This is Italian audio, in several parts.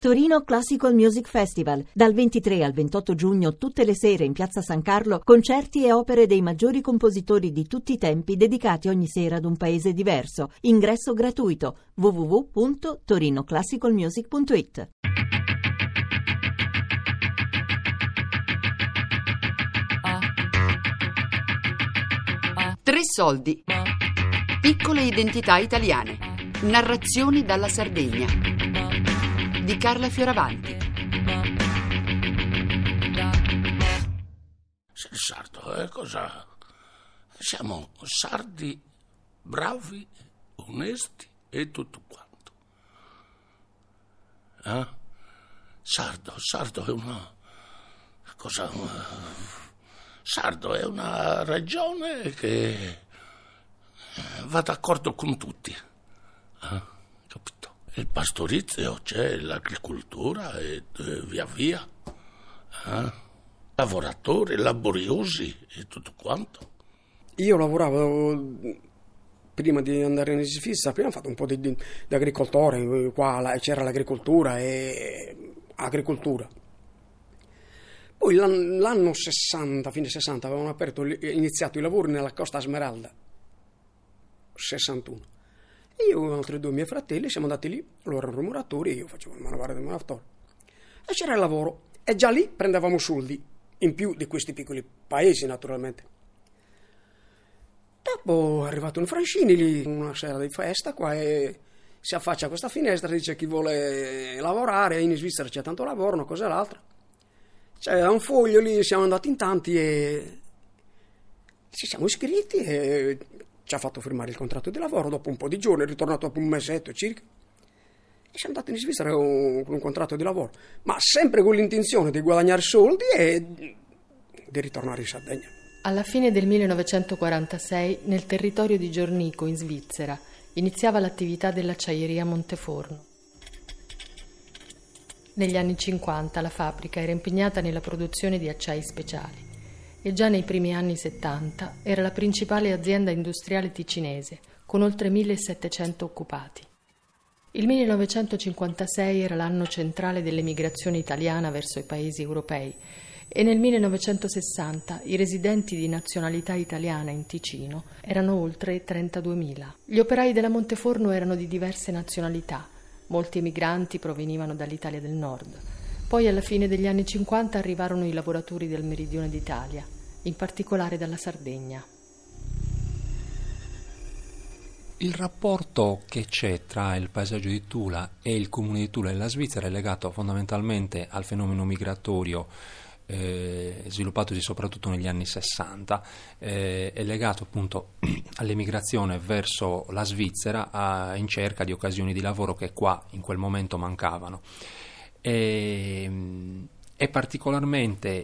Torino Classical Music Festival. Dal 23 al 28 giugno, tutte le sere in Piazza San Carlo, concerti e opere dei maggiori compositori di tutti i tempi dedicati ogni sera ad un paese diverso. Ingresso gratuito. www.torinoclassicalmusic.it. Tre soldi. Piccole identità italiane. Narrazioni dalla Sardegna. Di Carla Fioravanti. Il sardo è cosa? Siamo sardi, bravi, onesti e tutto quanto. Sardo è una cosa. Sardo è una regione che va d'accordo con tutti. Capito? Il pastorizio c'è, l'agricoltura e via via. Lavoratori, laboriosi e tutto quanto. Io lavoravo prima di andare in Svizzera, prima ho fatto un po' di agricoltore, qua c'era l'agricoltura e agricoltura. Poi l'anno 60, fine 60, avevano iniziato i lavori nella Costa Smeralda, 61. Io e altri due miei fratelli siamo andati lì, loro erano muratori e io facevo il manovare del murattore. E c'era il lavoro e già lì prendevamo soldi, in più di questi piccoli paesi naturalmente. Dopo è arrivato un Francini lì, una sera di festa qua, e si affaccia a questa finestra e dice: chi vuole lavorare, in Svizzera c'è tanto lavoro, una cosa e l'altra. C'è un foglio lì, siamo andati in tanti e ci siamo iscritti e ci ha fatto firmare il contratto di lavoro. Dopo un po' di giorni, è ritornato dopo un mesetto circa, e siamo andati in Svizzera con un contratto di lavoro, ma sempre con l'intenzione di guadagnare soldi e di ritornare in Sardegna. Alla fine del 1946, nel territorio di Giornico, in Svizzera, iniziava l'attività dell'acciaieria Monteforno. Negli anni 50 la fabbrica era impegnata nella produzione di acciai speciali e già nei primi anni 70 era la principale azienda industriale ticinese, con oltre 1700 occupati. Il 1956 era l'anno centrale dell'emigrazione italiana verso i paesi europei e nel 1960 i residenti di nazionalità italiana in Ticino erano oltre 32.000. Gli operai della Monteforno erano di diverse nazionalità, molti emigranti provenivano dall'Italia del Nord. Poi alla fine degli anni 50 arrivarono i lavoratori del meridione d'Italia, in particolare dalla Sardegna. Il rapporto che c'è tra il paesaggio di Tula e il comune di Tula e la Svizzera è legato fondamentalmente al fenomeno migratorio sviluppatosi soprattutto negli anni 60, è legato appunto all'emigrazione verso la Svizzera in cerca di occasioni di lavoro che qua in quel momento mancavano. E particolarmente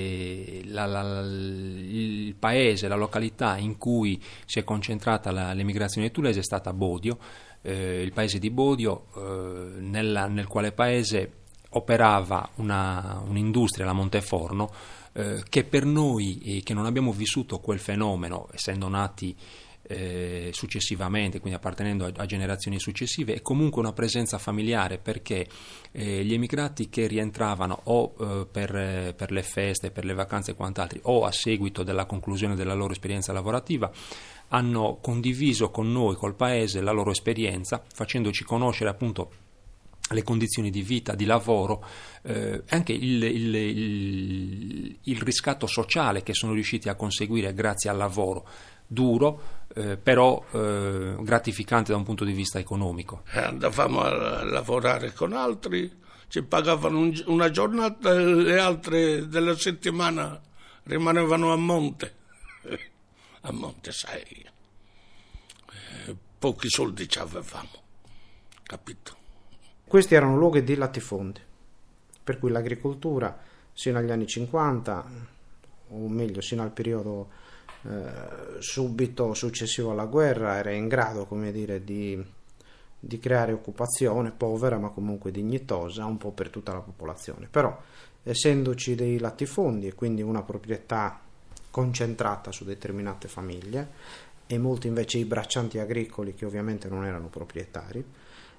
il paese, la località in cui si è concentrata l'emigrazione tulese è stata Bodio, il paese di Bodio, nel quale paese operava un'industria, la Monteforno, che per noi che non abbiamo vissuto quel fenomeno, essendo nati successivamente, quindi appartenendo a generazioni successive, è comunque una presenza familiare, perché gli emigrati che rientravano o per le feste, per le vacanze e quant'altro, o a seguito della conclusione della loro esperienza lavorativa, hanno condiviso con noi, col paese, la loro esperienza, facendoci conoscere appunto le condizioni di vita, di lavoro, anche il riscatto sociale che sono riusciti a conseguire grazie al lavoro duro, però gratificante da un punto di vista economico. Andavamo a lavorare con altri, ci pagavano una giornata e le altre della settimana rimanevano a monte. A monte, sai, pochi soldi ci avevamo, capito? Questi erano luoghi di latifondi, per cui l'agricoltura sino agli anni 50, o meglio sino al periodo subito successivo alla guerra, era in grado, come dire, di creare occupazione povera ma comunque dignitosa un po' per tutta la popolazione. Però essendoci dei latifondi e quindi una proprietà concentrata su determinate famiglie e molti invece i braccianti agricoli che ovviamente non erano proprietari,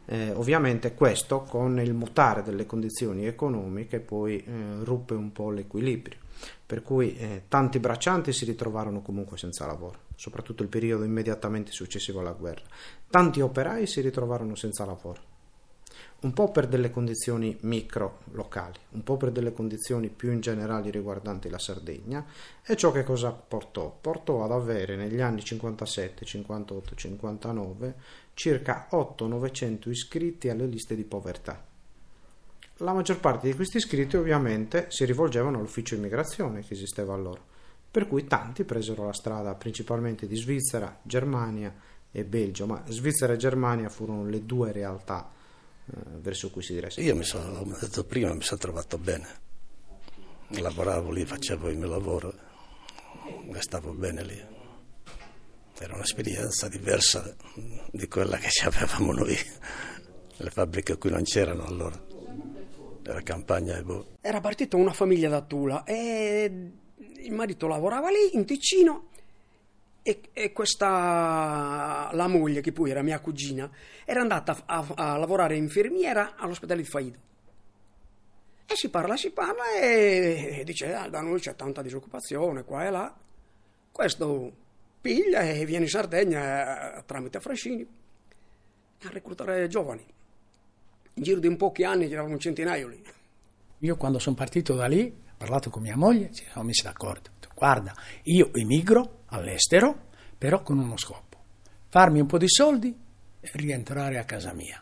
Ovviamente questo con il mutare delle condizioni economiche poi ruppe un po' l'equilibrio, per cui tanti braccianti si ritrovarono comunque senza lavoro, soprattutto il periodo immediatamente successivo alla guerra. Tanti operai si ritrovarono senza lavoro, un po' per delle condizioni micro locali, un po' per delle condizioni più in generali riguardanti la Sardegna. E ciò che cosa portò? Portò ad avere negli anni 57, 58, 59 circa 800-900 iscritti alle liste di povertà. La maggior parte di questi iscritti ovviamente si rivolgevano all'ufficio immigrazione che esisteva allora, per cui tanti presero la strada principalmente di Svizzera, Germania e Belgio, ma Svizzera e Germania furono le due realtà verso cui si diresse. Io come ho detto prima, mi sono trovato bene, lavoravo lì, facevo il mio lavoro e stavo bene lì. Era un'esperienza diversa di quella che avevamo noi, le fabbriche qui non c'erano allora, era campagna e boh. Era partita una famiglia da Tula e il marito lavorava lì in Ticino e questa, la moglie, che poi era mia cugina, era andata a lavorare infermiera all'ospedale di Faido. E si parla e dice da noi c'è tanta disoccupazione qua e là. Questo piglia e viene in Sardegna tramite Francini a reclutare giovani. In giro di un pochi anni c'erano un centinaio lì. Io quando sono partito da lì, ho parlato con mia moglie, ci siamo messi d'accordo. Guarda, io emigro all'estero, però con uno scopo: farmi un po' di soldi e rientrare a casa mia.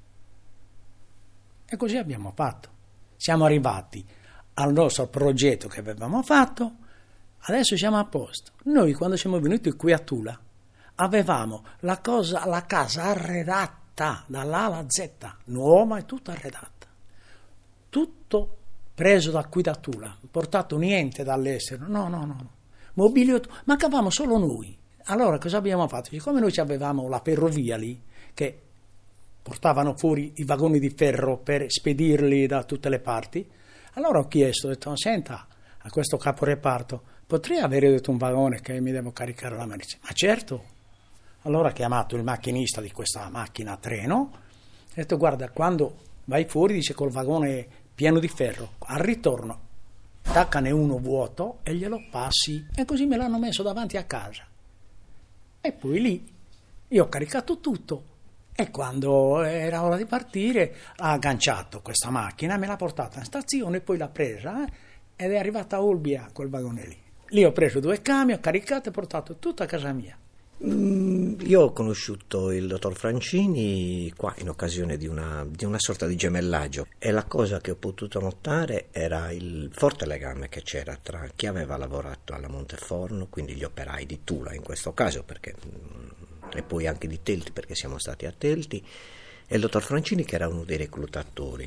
E così abbiamo fatto. Siamo arrivati al nostro progetto che avevamo fatto, adesso siamo a posto. Noi quando siamo venuti qui a Tula avevamo la casa arredata dall'A alla Z, nuova e tutta arredata. Tutto preso da qui da Tula, portato niente dall'estero, no. Mobilio, mancavamo solo noi. Allora cosa abbiamo fatto? Siccome noi avevamo la ferrovia lì, che portavano fuori i vagoni di ferro per spedirli da tutte le parti, allora ho detto, senta, a questo caporeparto, potrei avere detto un vagone che mi devo caricare la merce? Ma certo. Allora ho chiamato il macchinista di questa macchina a treno, ho detto, guarda, quando vai fuori, dice, col vagone pieno di ferro, al ritorno attaccane uno vuoto e glielo passi, e così me l'hanno messo davanti a casa. E poi lì io ho caricato tutto e quando era ora di partire ha agganciato questa macchina, me l'ha portata in stazione, poi l'ha presa ed è arrivata a Olbia quel vagone lì. Lì ho preso 2 camion, ho caricato e portato tutto a casa mia. Io ho conosciuto il dottor Francini qua in occasione di una sorta di gemellaggio, e la cosa che ho potuto notare era il forte legame che c'era tra chi aveva lavorato alla Monteforno, quindi gli operai di Tula in questo caso, e poi anche di Telti, perché siamo stati a Telti, e il dottor Francini, che era uno dei reclutatori.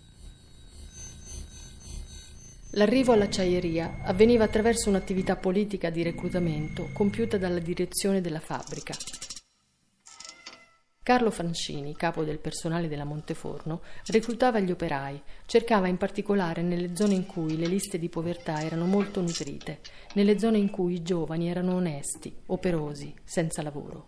L'arrivo all'acciaieria avveniva attraverso un'attività politica di reclutamento compiuta dalla direzione della fabbrica. Carlo Francini, capo del personale della Monteforno, reclutava gli operai, cercava in particolare nelle zone in cui le liste di povertà erano molto nutrite, nelle zone in cui i giovani erano onesti, operosi, senza lavoro.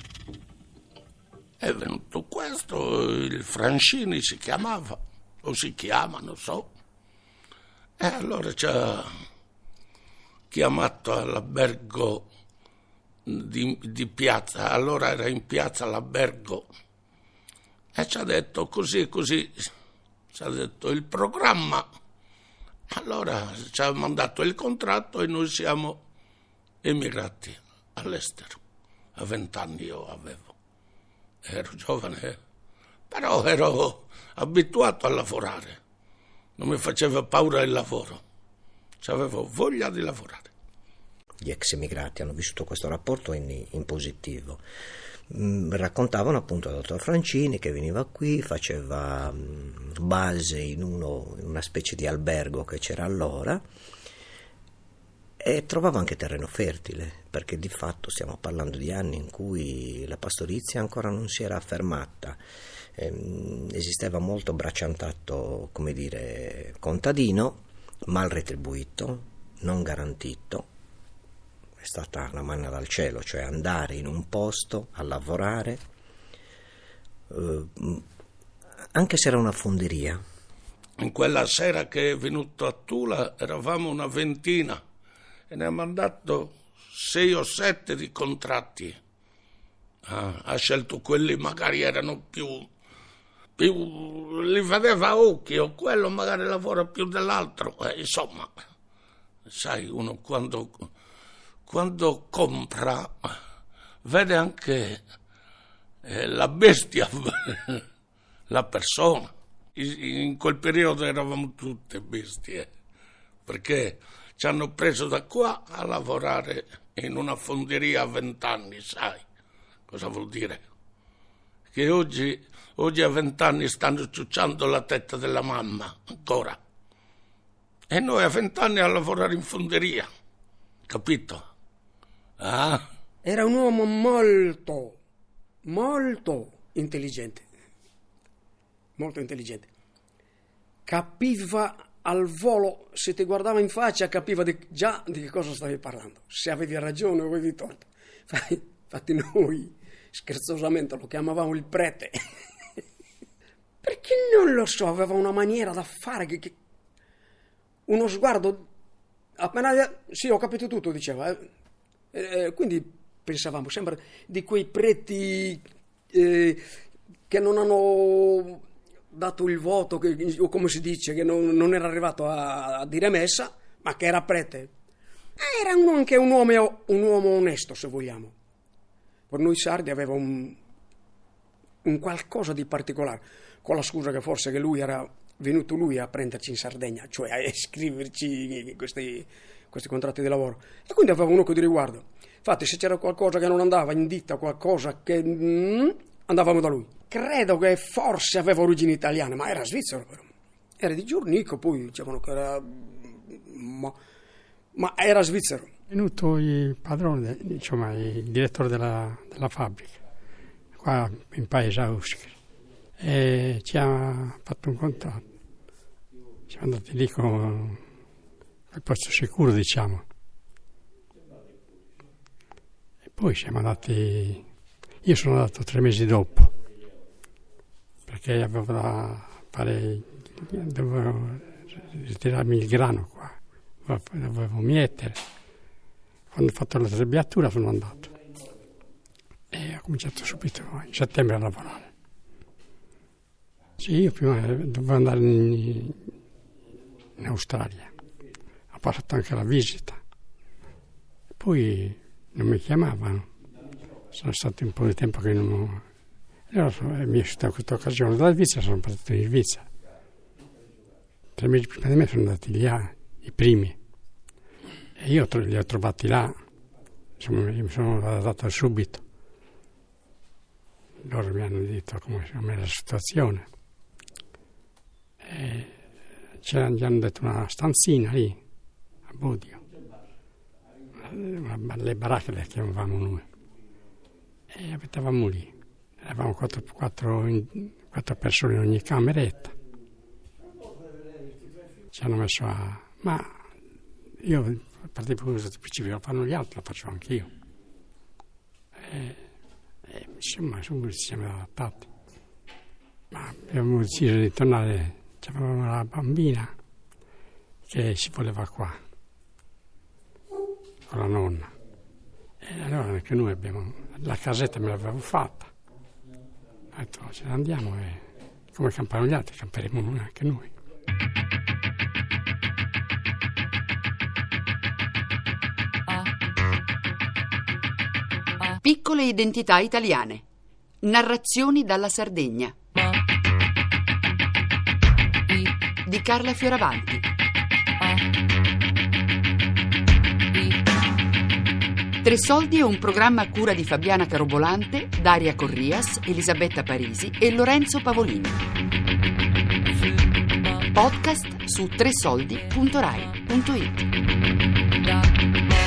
È venuto questo, il Francini si chiamava, o si chiama, non so. E allora ci ha chiamato all'albergo di piazza, allora era in piazza l'albergo, e ci ha detto così, ci ha detto il programma. Allora ci ha mandato il contratto e noi siamo emigrati all'estero. A 20 anni io avevo, ero giovane, però ero abituato a lavorare. Non mi faceva paura il lavoro, avevo voglia di lavorare. Gli ex emigrati hanno vissuto questo rapporto in positivo. Raccontavano appunto al dottor Francini che veniva qui, faceva base in una specie di albergo che c'era allora, e trovava anche terreno fertile, perché di fatto stiamo parlando di anni in cui la pastorizia ancora non si era affermata. Esisteva molto bracciantato, come dire, contadino, mal retribuito, non garantito. È stata una manna dal cielo, cioè andare in un posto a lavorare anche se era una fonderia. In quella sera che è venuto a Tula eravamo una ventina e ne ha mandato 6 o 7 di contratti. Ha scelto quelli magari erano più li vedeva a occhio, quello magari lavora più dell'altro, insomma, sai, uno quando compra vede anche la bestia, la persona. In quel periodo eravamo tutte bestie, perché ci hanno preso da qua a lavorare in una fonderia a 20 anni, sai cosa vuol dire? Che oggi a 20 anni stanno ciucciando la testa della mamma, ancora. E noi a 20 anni a lavorare in fonderia, capito? Ah? Era un uomo molto, molto intelligente. Molto intelligente. Capiva al volo, se ti guardava in faccia, capiva già di che cosa stavi parlando, se avevi ragione o avevi torto. Infatti noi scherzosamente lo chiamavamo il prete. Perché non lo so, aveva una maniera da fare che uno sguardo appena sì, ho capito tutto, diceva. Quindi pensavamo sempre di quei preti che non hanno dato il voto, o come si dice, che non era arrivato a dire messa, ma che era prete. Era anche un uomo onesto, se vogliamo. Per noi sardi aveva un qualcosa di particolare, con la scusa che forse che lui era venuto a prenderci in Sardegna, cioè a scriverci questi contratti di lavoro, e quindi aveva un occhio di riguardo. Infatti se c'era qualcosa che non andava in ditta, qualcosa che andavamo da lui. Credo che forse aveva origini italiane, ma era svizzero però. Era di Giornico, poi dicevano che era ma era svizzero. È venuto il padrone, insomma il direttore della fabbrica qua in paese a Uschere, e ci ha fatto un contratto. Siamo andati lì con il posto sicuro, diciamo, e poi siamo andati. Io sono andato 3 mesi dopo, perché avevo da fare, dovevo ritirarmi il grano qua, dovevo mietere. Quando ho fatto la trebbiatura sono andato e ho cominciato subito in settembre a lavorare. Sì, io prima dovevo andare in Australia, ho passato anche la visita, poi non mi chiamavano. Sono stato un po' di tempo che non. Allora mi è stata questa occasione. Dalla Svizzera sono partito in Svizzera. 3 mesi prima di me sono andati lì, i primi. E io li ho trovati là. Insomma, mi sono adattato subito. Loro mi hanno detto come era la situazione. E gli hanno detto una stanzina lì, a Bodio. Le baracche le chiamavamo noi. E abitavamo lì, eravamo 4 persone in ogni cameretta. Ci hanno messo ma io partivo da principio, lo fanno gli altri, lo faccio anch'io. Insomma, ci siamo adattati. Ma abbiamo deciso di tornare, avevamo una bambina che si voleva qua, con la nonna. E allora anche noi la casetta me l'avevo fatta. Ho detto, ce ne andiamo e come campano gli altri, camperemo anche noi. Piccole identità italiane. Narrazioni dalla Sardegna. Di Carla Fioravanti. Tre Soldi è un programma a cura di Fabiana Carobolante, Daria Corrias, Elisabetta Parisi e Lorenzo Pavolini. Podcast su tresoldi.rai.it.